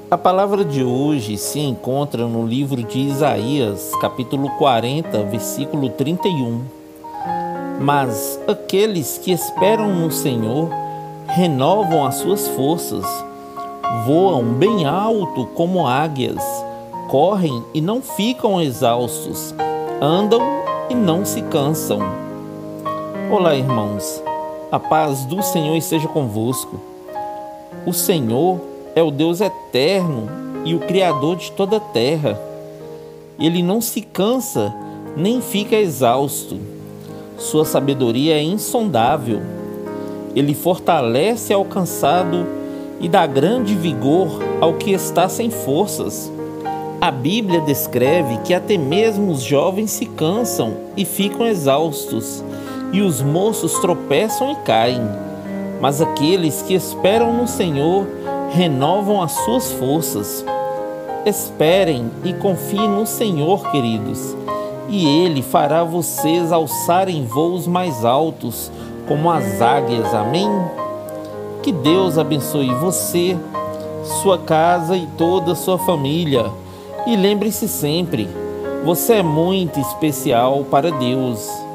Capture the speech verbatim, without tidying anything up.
A palavra de hoje se encontra no livro de Isaías, capítulo quarenta, versículo trinta e um. Mas aqueles que esperam no Senhor renovam as suas forças, voam bem alto como águias, correm e não ficam exaustos, andam e não se cansam. Olá, irmãos, a paz do Senhor esteja convosco. O Senhor é o Deus eterno e o Criador de toda a terra. Ele não se cansa nem fica exausto. Sua sabedoria é insondável. Ele fortalece ao cansado e dá grande vigor ao que está sem forças. A Bíblia descreve que até mesmo os jovens se cansam e ficam exaustos, e os moços tropeçam e caem. Mas aqueles que esperam no Senhor renovam as suas forças. Esperem e confiem no Senhor, queridos, e Ele fará vocês alçarem voos mais altos, como as águias. Amém? Que Deus abençoe você, sua casa e toda a sua família. E lembre-se sempre, você é muito especial para Deus.